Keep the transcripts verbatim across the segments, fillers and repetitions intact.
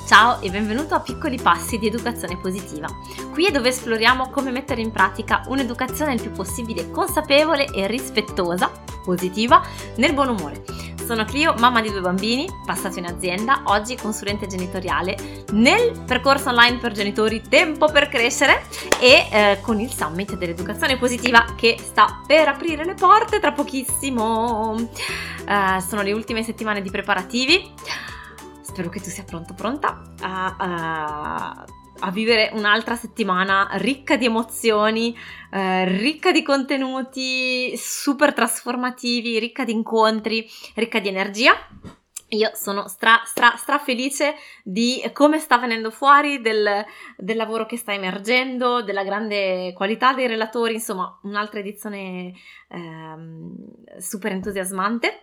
Ciao e benvenuto a Piccoli Passi di Educazione Positiva. Qui è dove esploriamo come mettere in pratica un'educazione il più possibile consapevole e rispettosa, positiva, nel buon umore. Sono Clio, mamma di due bambini, passato in azienda, oggi consulente genitoriale nel percorso online per genitori Tempo per Crescere e eh, con il Summit dell'Educazione Positiva che sta per aprire le porte tra pochissimo. Uh, sono le ultime settimane di preparativi. Spero che tu sia pronto, pronta a, a, a vivere un'altra settimana ricca di emozioni, eh, ricca di contenuti super trasformativi, ricca di incontri, ricca di energia. Io sono stra, stra, stra felice di come sta venendo fuori, del, del lavoro che sta emergendo, della grande qualità dei relatori, insomma un'altra edizione ehm, super entusiasmante.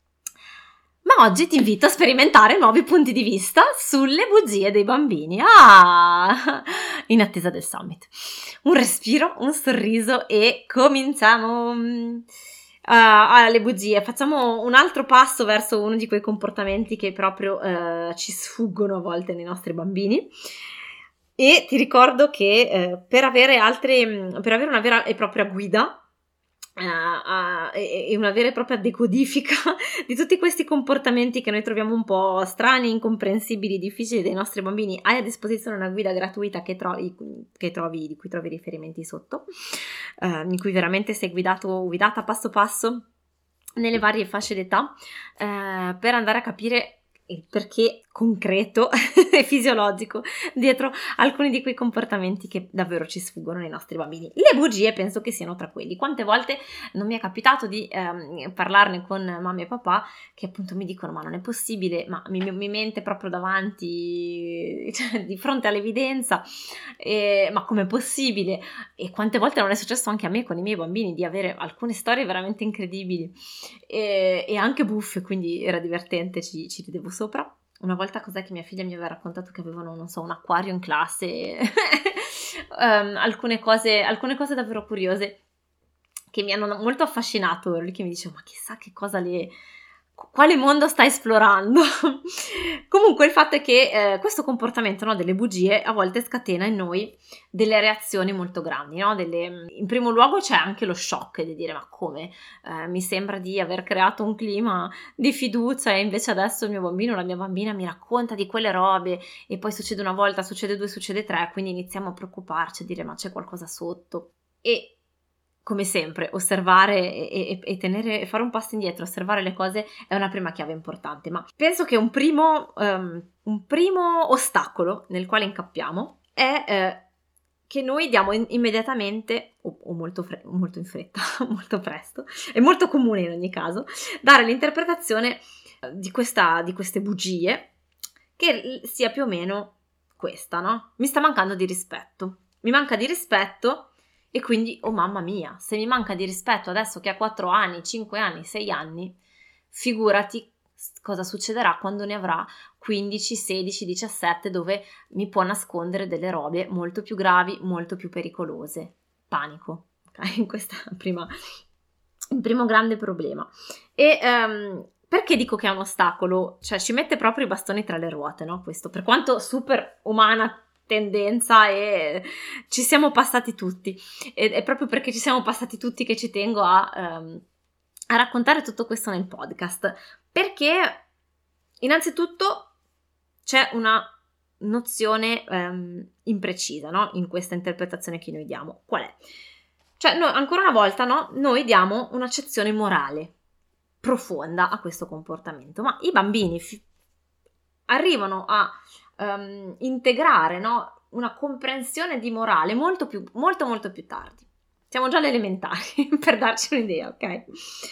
Ma oggi ti invito a sperimentare nuovi punti di vista sulle bugie dei bambini. Ah, in attesa del summit. Un respiro, un sorriso e cominciamo. Uh, alle bugie. Facciamo un altro passo verso uno di quei comportamenti che proprio uh, ci sfuggono a volte nei nostri bambini. E ti ricordo che uh, per avere altre, per avere una vera e propria guida Uh, uh, e una vera e propria decodifica di tutti questi comportamenti che noi troviamo un po' strani, incomprensibili, difficili dei nostri bambini, hai a disposizione una guida gratuita che trovi, che trovi di cui trovi riferimenti sotto, uh, in cui veramente sei guidato, guidata passo passo nelle varie fasce d'età uh, per andare a capire il perché concreto e fisiologico dietro alcuni di quei comportamenti che davvero ci sfuggono nei nostri bambini. Le bugie penso che siano tra quelli. Quante volte non mi è capitato di ehm, parlarne con mamma e papà che appunto mi dicono ma non è possibile, ma mi, mi mente proprio davanti, cioè, di fronte all'evidenza, eh, ma com'è possibile? E quante volte non è successo anche a me con i miei bambini di avere alcune storie veramente incredibili e, e anche buffe, quindi era divertente, ci, ci ridevo sopra. Una volta cos'è che mia figlia mi aveva raccontato che avevano, non so, un acquario in classe, um, alcune cose, alcune cose davvero curiose che mi hanno molto affascinato. Ero lì che mi dicevo, ma chissà che cosa le... quale mondo sta esplorando? Comunque il fatto è che eh, questo comportamento, no, delle bugie a volte scatena in noi delle reazioni molto grandi, no? Delle... in primo luogo c'è anche lo shock di dire ma come? Eh, mi sembra di aver creato un clima di fiducia e invece adesso il mio bambino, la mia bambina mi racconta di quelle robe e poi succede una volta, succede due, succede tre, quindi iniziamo a preoccuparci, a dire ma c'è qualcosa sotto. E come sempre, osservare e, e, e tenere, fare un passo indietro, osservare le cose è una prima chiave importante, ma penso che un primo, um, un primo ostacolo nel quale incappiamo è eh, che noi diamo in, immediatamente, o, o molto, fre- molto in fretta, molto presto, è molto comune in ogni caso, dare l'interpretazione di, questa, di queste bugie che sia più o meno questa, no? Mi sta mancando di rispetto, mi manca di rispetto. E quindi, oh mamma mia, se mi manca di rispetto adesso che ha quattro anni, cinque anni, sei anni, figurati cosa succederà quando ne avrà quindici, sedici, diciassette, dove mi può nascondere delle robe molto più gravi, molto più pericolose. Panico, ok? Questo è il primo, il primo grande problema. E um, perché dico che è un ostacolo? Cioè ci mette proprio i bastoni tra le ruote, no? Questo, per quanto super umana tendenza e ci siamo passati tutti ed è proprio perché ci siamo passati tutti che ci tengo a, um, a raccontare tutto questo nel podcast, perché innanzitutto c'è una nozione um, imprecisa, no? In questa interpretazione che noi diamo. Qual è? Cioè noi, ancora una volta, no? Noi diamo un'accezione morale profonda a questo comportamento, ma i bambini fi- arrivano a Um, integrare, no, una comprensione di morale molto più, molto molto più tardi. Siamo già alle elementari per darci un'idea, ok?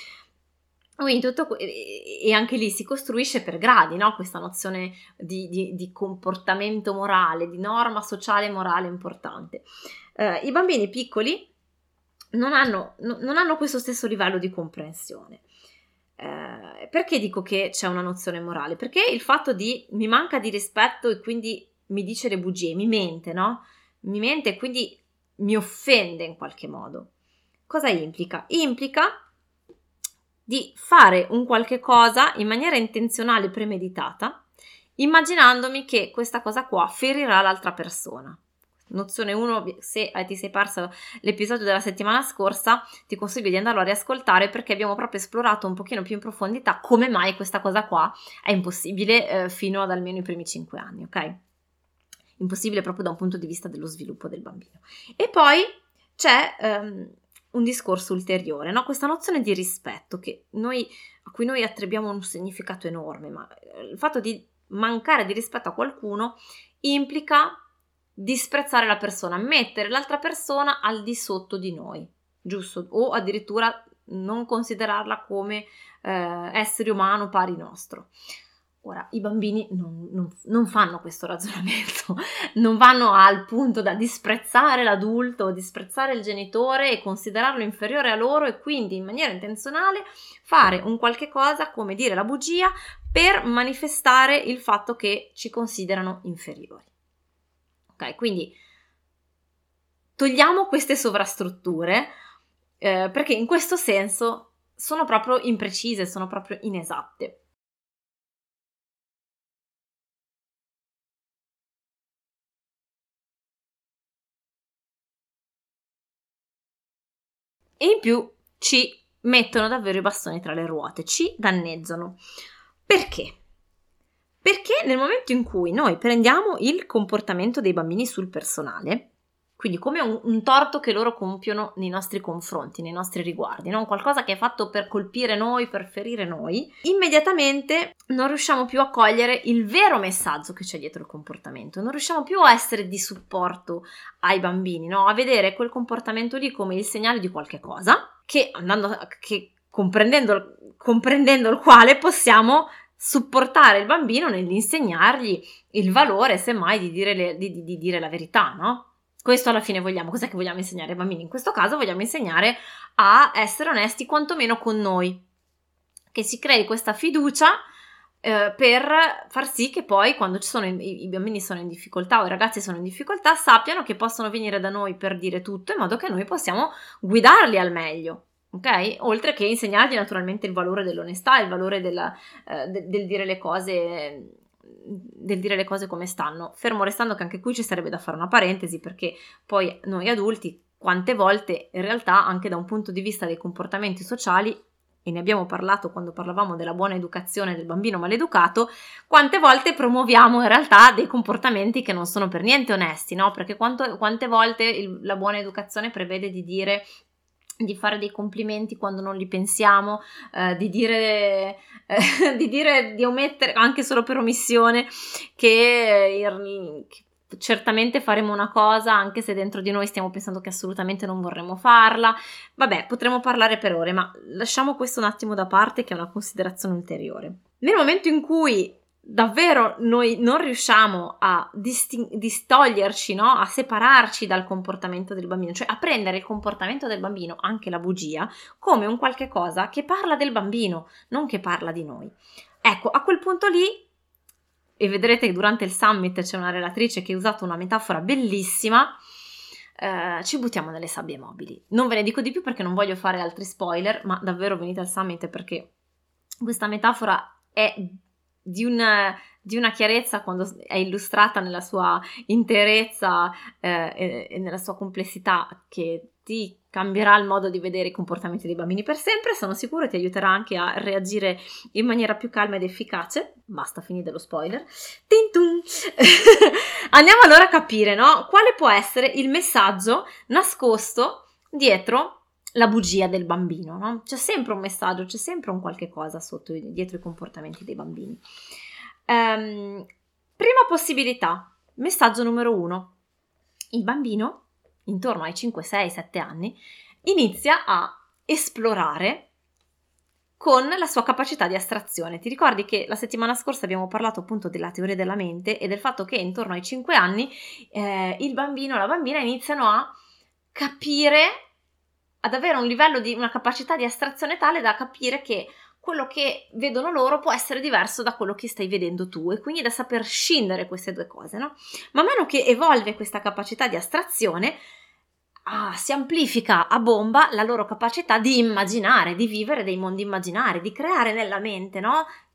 Quindi tutto, e anche lì si costruisce per gradi, no? Questa nozione di, di, di comportamento morale, di norma sociale morale importante. Uh, I bambini piccoli non hanno, no, non hanno questo stesso livello di comprensione. Eh, perché dico che c'è una nozione morale? Perché il fatto di mi manca di rispetto e quindi mi dice le bugie, mi mente, no? Mi mente e quindi mi offende in qualche modo. Cosa implica? Implica di fare un qualche cosa in maniera intenzionale, premeditata, immaginandomi che questa cosa qua ferirà l'altra persona. Nozione uno, se ti sei perso l'episodio della settimana scorsa, ti consiglio di andarlo a riascoltare, perché abbiamo proprio esplorato un pochino più in profondità come mai questa cosa qua è impossibile eh, fino ad almeno i primi cinque anni, ok? Impossibile proprio da un punto di vista dello sviluppo del bambino. E poi c'è um, un discorso ulteriore, no? Questa nozione di rispetto che noi, a cui noi attribuiamo un significato enorme, ma il fatto di mancare di rispetto a qualcuno implica disprezzare la persona, mettere l'altra persona al di sotto di noi, giusto? O addirittura non considerarla come eh, essere umano pari nostro. Ora, i bambini non, non, non fanno questo ragionamento, non vanno al punto da disprezzare l'adulto o disprezzare il genitore e considerarlo inferiore a loro, e quindi in maniera intenzionale fare un qualche cosa, come dire la bugia, per manifestare il fatto che ci considerano inferiori. Ok, quindi togliamo queste sovrastrutture eh, perché in questo senso sono proprio imprecise, sono proprio inesatte. E in più ci mettono davvero i bastoni tra le ruote, ci danneggiano. Perché? Perché nel momento in cui noi prendiamo il comportamento dei bambini sul personale, quindi come un, un torto che loro compiono nei nostri confronti, nei nostri riguardi, no? Qualcosa che è fatto per colpire noi, per ferire noi, immediatamente non riusciamo più a cogliere il vero messaggio che c'è dietro il comportamento, non riusciamo più a essere di supporto ai bambini, no? A vedere quel comportamento lì come il segnale di qualche cosa, che andando, che comprendendo, comprendendo il quale possiamo supportare il bambino nell'insegnargli il valore, semmai, di dire, le, di, di, di dire la verità, no? Questo alla fine vogliamo. Cos'è che vogliamo insegnare ai bambini? In questo caso vogliamo insegnare a essere onesti quantomeno con noi, che si crei questa fiducia eh, per far sì che poi quando ci sono i, i bambini sono in difficoltà o i ragazzi sono in difficoltà sappiano che possono venire da noi per dire tutto, in modo che noi possiamo guidarli al meglio. Ok? Oltre che insegnargli naturalmente il valore dell'onestà, il valore della, eh, de, del dire le cose del dire le cose come stanno, fermo restando che anche qui ci sarebbe da fare una parentesi, perché poi noi adulti quante volte in realtà anche da un punto di vista dei comportamenti sociali, e ne abbiamo parlato quando parlavamo della buona educazione del bambino maleducato, quante volte promuoviamo in realtà dei comportamenti che non sono per niente onesti, no? Perché quanto, quante volte il, la buona educazione prevede di dire di fare dei complimenti quando non li pensiamo, eh, di dire eh, di dire di omettere anche solo per omissione che, eh, che certamente faremo una cosa anche se dentro di noi stiamo pensando che assolutamente non vorremmo farla. Vabbè, potremmo parlare per ore, ma lasciamo questo un attimo da parte, che è una considerazione ulteriore. Nel momento in cui davvero noi non riusciamo a disting- distoglierci, no? A separarci dal comportamento del bambino, cioè a prendere il comportamento del bambino, anche la bugia, come un qualche cosa che parla del bambino, non che parla di noi. Ecco, a quel punto lì, e vedrete che durante il summit c'è una relatrice che ha usato una metafora bellissima, eh, ci buttiamo nelle sabbie mobili. Non ve ne dico di più perché non voglio fare altri spoiler, ma davvero venite al summit perché questa metafora è Di una, di una chiarezza quando è illustrata nella sua interezza eh, e, e nella sua complessità, che ti cambierà il modo di vedere i comportamenti dei bambini per sempre. Sono sicura e ti aiuterà anche a reagire in maniera più calma ed efficace. Basta, finite lo spoiler. Tintum! Andiamo allora a capire, no? Quale può essere il messaggio nascosto dietro la bugia del bambino, no? C'è sempre un messaggio, c'è sempre un qualche cosa sotto, dietro i comportamenti dei bambini. Um, prima possibilità, messaggio numero uno. Il bambino, intorno ai cinque, sei, sette anni, inizia a esplorare con la sua capacità di astrazione. Ti ricordi che la settimana scorsa abbiamo parlato appunto della teoria della mente e del fatto che intorno ai cinque anni eh, il bambino e la bambina iniziano a capire, ad avere un livello di una capacità di astrazione tale da capire che quello che vedono loro può essere diverso da quello che stai vedendo tu, e quindi da saper scindere queste due cose, no? Man mano che evolve questa capacità di astrazione, ah, si amplifica a bomba la loro capacità di immaginare, di vivere dei mondi immaginari, di creare nella mente, no?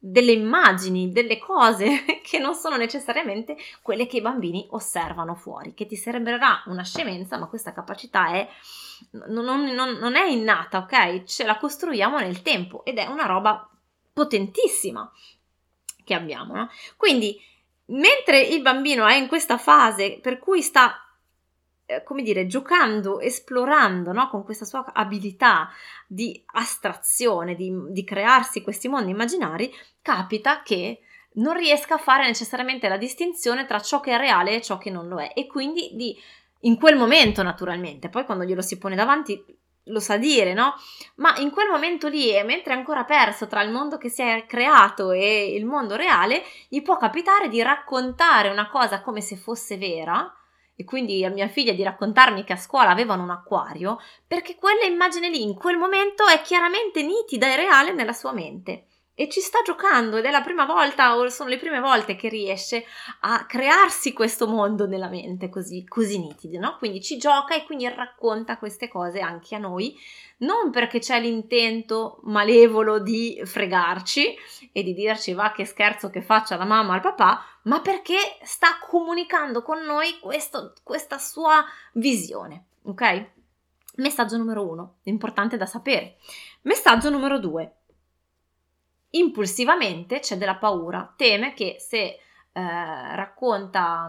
delle immagini, delle cose che non sono necessariamente quelle che i bambini osservano fuori, che ti sembrerà una scemenza, ma questa capacità è, non, non, non è innata, ok? Ce la costruiamo nel tempo ed è una roba potentissima che abbiamo, no? Quindi, mentre il bambino è in questa fase per cui sta, eh, come dire, giocando, esplorando, no? Con questa sua abilità di astrazione, di, di crearsi questi mondi immaginari, capita che non riesca a fare necessariamente la distinzione tra ciò che è reale e ciò che non lo è, e quindi di, in quel momento naturalmente, poi quando glielo si pone davanti lo sa dire, no? Ma in quel momento lì, e mentre è ancora perso tra il mondo che si è creato e il mondo reale, gli può capitare di raccontare una cosa come se fosse vera, e quindi a mia figlia di raccontarmi che a scuola avevano un acquario, perché quella immagine lì in quel momento è chiaramente nitida e reale nella sua mente e ci sta giocando, ed è la prima volta, o sono le prime volte che riesce a crearsi questo mondo nella mente così, così nitido, no? Quindi ci gioca e quindi racconta queste cose anche a noi, non perché c'è l'intento malevolo di fregarci e di dirci va che scherzo che faccia la mamma al papà, ma perché sta comunicando con noi questo, questa sua visione, ok? Messaggio numero uno, importante da sapere. Messaggio numero due. Impulsivamente c'è della paura, teme che se eh, racconta,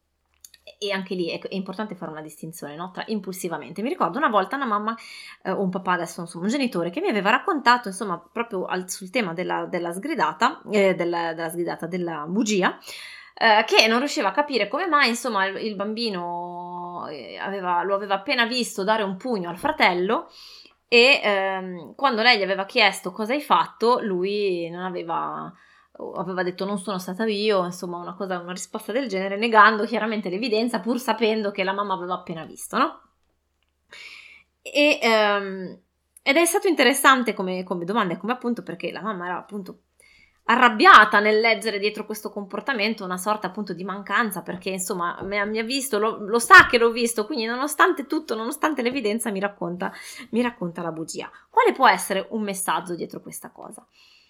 e anche lì è, è importante fare una distinzione, no? Tra impulsivamente. Mi ricordo una volta una mamma eh, o un papà, adesso insomma un genitore, che mi aveva raccontato insomma proprio al, sul tema della, della sgridata, eh, della, della sgridata, della bugia, eh, che non riusciva a capire come mai insomma il, il bambino aveva, lo aveva appena visto dare un pugno al fratello. E ehm, quando lei gli aveva chiesto cosa hai fatto, lui non aveva, aveva detto non sono stata io, insomma una cosa, una risposta del genere, negando chiaramente l'evidenza pur sapendo che la mamma aveva appena visto, no? E, ehm, ed è stato interessante come, come domanda e come appunto, perché la mamma era appunto arrabbiata nel leggere dietro questo comportamento una sorta appunto di mancanza, perché insomma mi ha visto, lo, lo sa che l'ho visto, quindi nonostante tutto, nonostante l'evidenza mi racconta, mi racconta la bugia. Quale può essere un messaggio dietro questa cosa?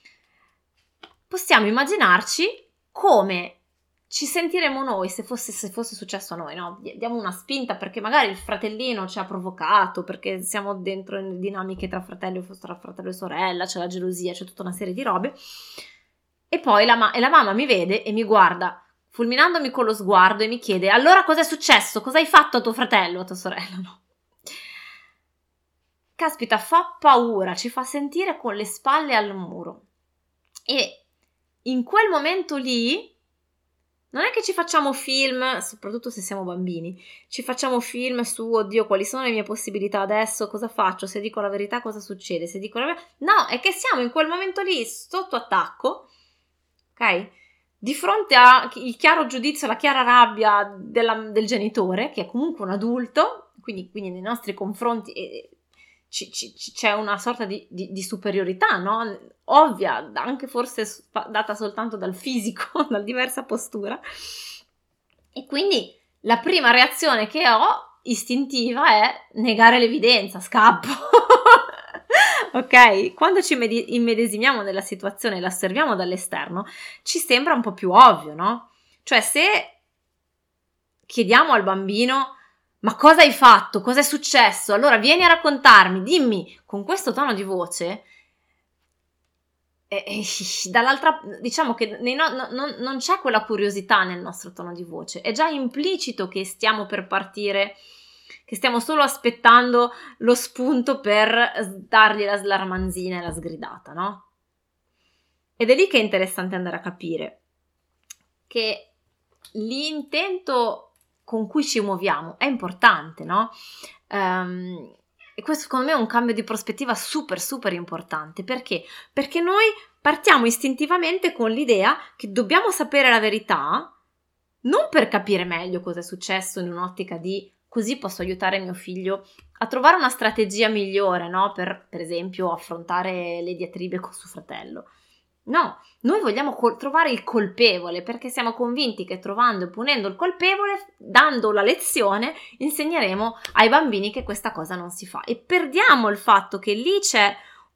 Possiamo immaginarci come ci sentiremo noi se fosse, se fosse successo a noi, no? Diamo una spinta perché magari il fratellino ci ha provocato, perché siamo dentro in dinamiche tra fratello, tra fratello e sorella, c'è la gelosia, c'è tutta una serie di robe. E poi la, ma- e la mamma mi vede e mi guarda, fulminandomi con lo sguardo, e mi chiede: allora cos'è successo? Cosa hai fatto a tuo fratello, a tua sorella? No. Caspita, fa paura, ci fa sentire con le spalle al muro. E in quel momento lì non è che ci facciamo film, soprattutto se siamo bambini, ci facciamo film su oddio quali sono le mie possibilità adesso, cosa faccio, se dico la verità cosa succede, se dico la verità... No, è che siamo in quel momento lì sotto attacco, ok? Di fronte al chiaro giudizio, la chiara rabbia della, del genitore, che è comunque un adulto, quindi, quindi nei nostri confronti eh, c- c- c'è una sorta di, di, di superiorità, no? Ovvia, anche forse data soltanto dal fisico, dalla diversa postura. E quindi la prima reazione che ho, istintiva, è negare l'evidenza, scappo. Ok? Quando ci immedesimiamo nella situazione e la osserviamo dall'esterno, ci sembra un po' più ovvio, no? Cioè, se chiediamo al bambino: ma cosa hai fatto? Cosa è successo? Allora vieni a raccontarmi, dimmi, con questo tono di voce, e, e, dall'altra, diciamo che nei no, non, non c'è quella curiosità nel nostro tono di voce, è già implicito che stiamo per partire, che stiamo solo aspettando lo spunto per dargli la, la ramanzina e la sgridata, no? Ed è lì che è interessante andare a capire che l'intento con cui ci muoviamo è importante, no? Um, e questo secondo me è un cambio di prospettiva super super importante. Perché? Perché noi partiamo istintivamente con l'idea che dobbiamo sapere la verità, non per capire meglio cosa è successo in un'ottica di così posso aiutare mio figlio a trovare una strategia migliore, no? Per, per esempio, affrontare le diatribe con suo fratello. No, noi vogliamo col- trovare il colpevole, perché siamo convinti che trovando e punendo il colpevole, dando la lezione, insegneremo ai bambini che questa cosa non si fa. E perdiamo il fatto che lì c'è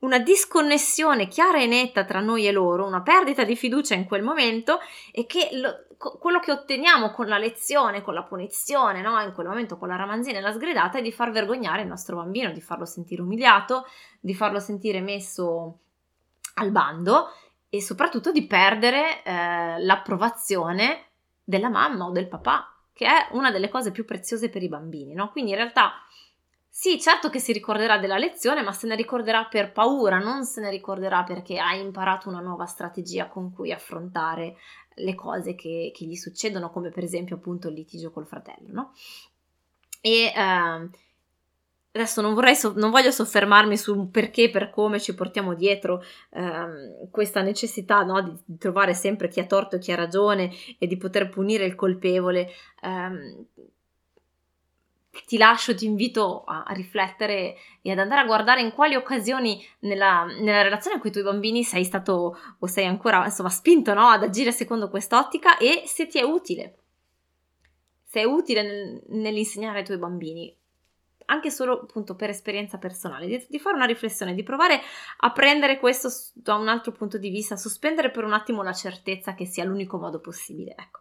una disconnessione chiara e netta tra noi e loro, una perdita di fiducia in quel momento, e che lo, co- quello che otteniamo con la lezione, con la punizione, no? In quel momento con la ramanzina e la sgridata, è di far vergognare il nostro bambino, di farlo sentire umiliato, di farlo sentire messo al bando e soprattutto di perdere eh, l'approvazione della mamma o del papà, che è una delle cose più preziose per i bambini, no? Quindi in realtà sì, certo che si ricorderà della lezione, ma se ne ricorderà per paura, non se ne ricorderà perché ha imparato una nuova strategia con cui affrontare le cose che, che gli succedono, come per esempio appunto il litigio col fratello, no? E eh, adesso non vorrei so- non voglio soffermarmi su perché, per come ci portiamo dietro ehm, questa necessità, no, di, di trovare sempre chi ha torto e chi ha ragione e di poter punire il colpevole. ehm, Ti lascio, ti invito a, a riflettere e ad andare a guardare in quali occasioni nella, nella relazione con i tuoi bambini sei stato o sei ancora, insomma, spinto, no, ad agire secondo quest'ottica, e se ti è utile, se è utile nel, nell'insegnare ai tuoi bambini, anche solo appunto per esperienza personale, di, di fare una riflessione, di provare a prendere questo da un altro punto di vista, sospendere per un attimo la certezza che sia l'unico modo possibile, ecco.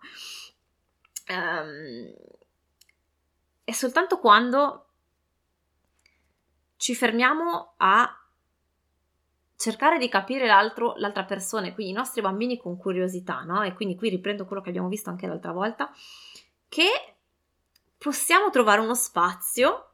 Um, È soltanto quando ci fermiamo a cercare di capire l'altro, l'altra persona, e quindi i nostri bambini con curiosità, no? E quindi qui riprendo quello che abbiamo visto anche l'altra volta, che possiamo trovare uno spazio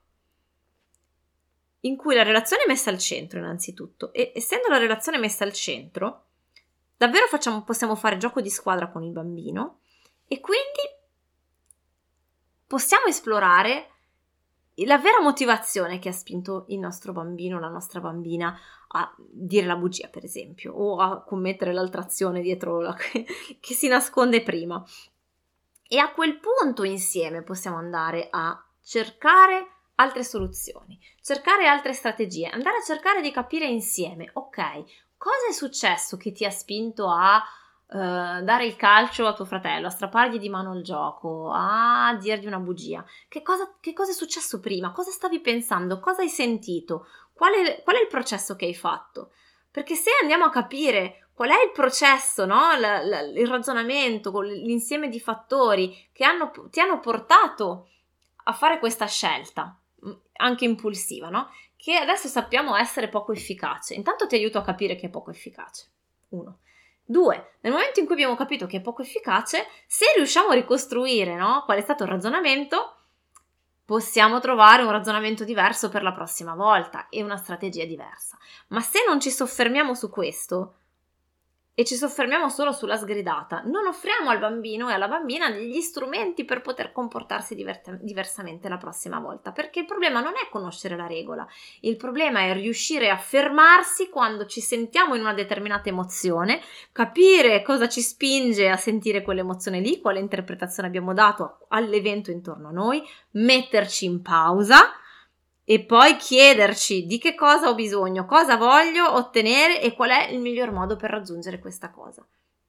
in cui la relazione è messa al centro innanzitutto, e essendo la relazione messa al centro, davvero facciamo, possiamo fare gioco di squadra con il bambino, e quindi possiamo esplorare la vera motivazione che ha spinto il nostro bambino, la nostra bambina, a dire la bugia, per esempio, o a commettere l'altra azione dietro la, che si nasconde prima. E a quel punto insieme possiamo andare a cercare altre soluzioni, cercare altre strategie, andare a cercare di capire insieme, ok, cosa è successo che ti ha spinto a Uh, dare il calcio a tuo fratello, a strappargli di mano il gioco, a dirgli una bugia. Che cosa, che cosa è successo prima? Cosa stavi pensando? Cosa hai sentito? Qual è, qual è il processo che hai fatto? Perché se andiamo a capire qual è il processo, no? la, la, il ragionamento, l'insieme di fattori che hanno, ti hanno portato a fare questa scelta, anche impulsiva, no? Che adesso sappiamo essere poco efficace. Intanto ti aiuto a capire che è poco efficace. Uno. Due, nel momento in cui abbiamo capito che è poco efficace, se riusciamo a ricostruire, no, qual è stato il ragionamento, possiamo trovare un ragionamento diverso per la prossima volta e una strategia diversa. Ma se non ci soffermiamo su questo e ci soffermiamo solo sulla sgridata, non offriamo al bambino e alla bambina degli strumenti per poter comportarsi divert- diversamente la prossima volta, perché il problema non è conoscere la regola, il problema è riuscire a fermarsi quando ci sentiamo in una determinata emozione, capire cosa ci spinge a sentire quell'emozione lì, quale interpretazione abbiamo dato all'evento intorno a noi, metterci in pausa e poi chiederci di che cosa ho bisogno, cosa voglio ottenere e qual è il miglior modo per raggiungere questa cosa.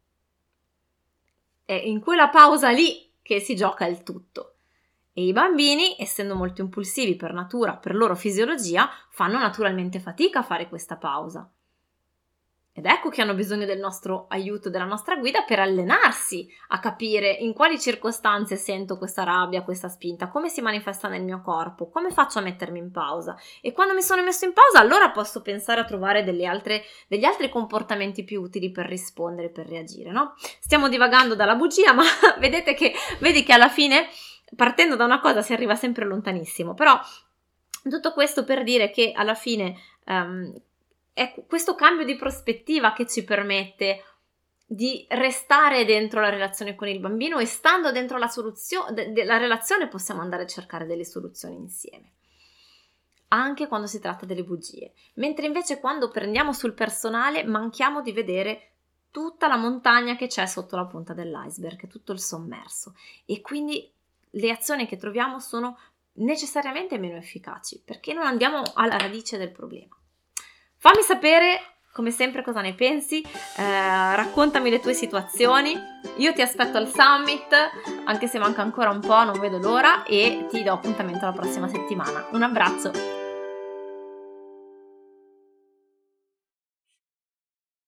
È in quella pausa lì che si gioca il tutto. E i bambini, essendo molto impulsivi per natura, per loro fisiologia, fanno naturalmente fatica a fare questa pausa. Ed ecco che hanno bisogno del nostro aiuto, della nostra guida, per allenarsi a capire in quali circostanze sento questa rabbia, questa spinta, come si manifesta nel mio corpo, come faccio a mettermi in pausa. E quando mi sono messo in pausa, allora posso pensare a trovare delle altre, degli altri comportamenti più utili per rispondere, per reagire, no? Stiamo divagando dalla bugia, ma vedete che, vedi che alla fine, partendo da una cosa, si arriva sempre lontanissimo. Però tutto questo per dire che alla fine um, è questo cambio di prospettiva che ci permette di restare dentro la relazione con il bambino, e stando dentro la soluzione della relazione possiamo andare a cercare delle soluzioni insieme, anche quando si tratta delle bugie. Mentre invece quando prendiamo sul personale manchiamo di vedere tutta la montagna che c'è sotto la punta dell'iceberg, tutto il sommerso, e quindi le azioni che troviamo sono necessariamente meno efficaci perché non andiamo alla radice del problema. Fammi sapere, come sempre, cosa ne pensi, eh, raccontami le tue situazioni, io ti aspetto al Summit, anche se manca ancora un po', non vedo l'ora, e ti do appuntamento la prossima settimana. Un abbraccio!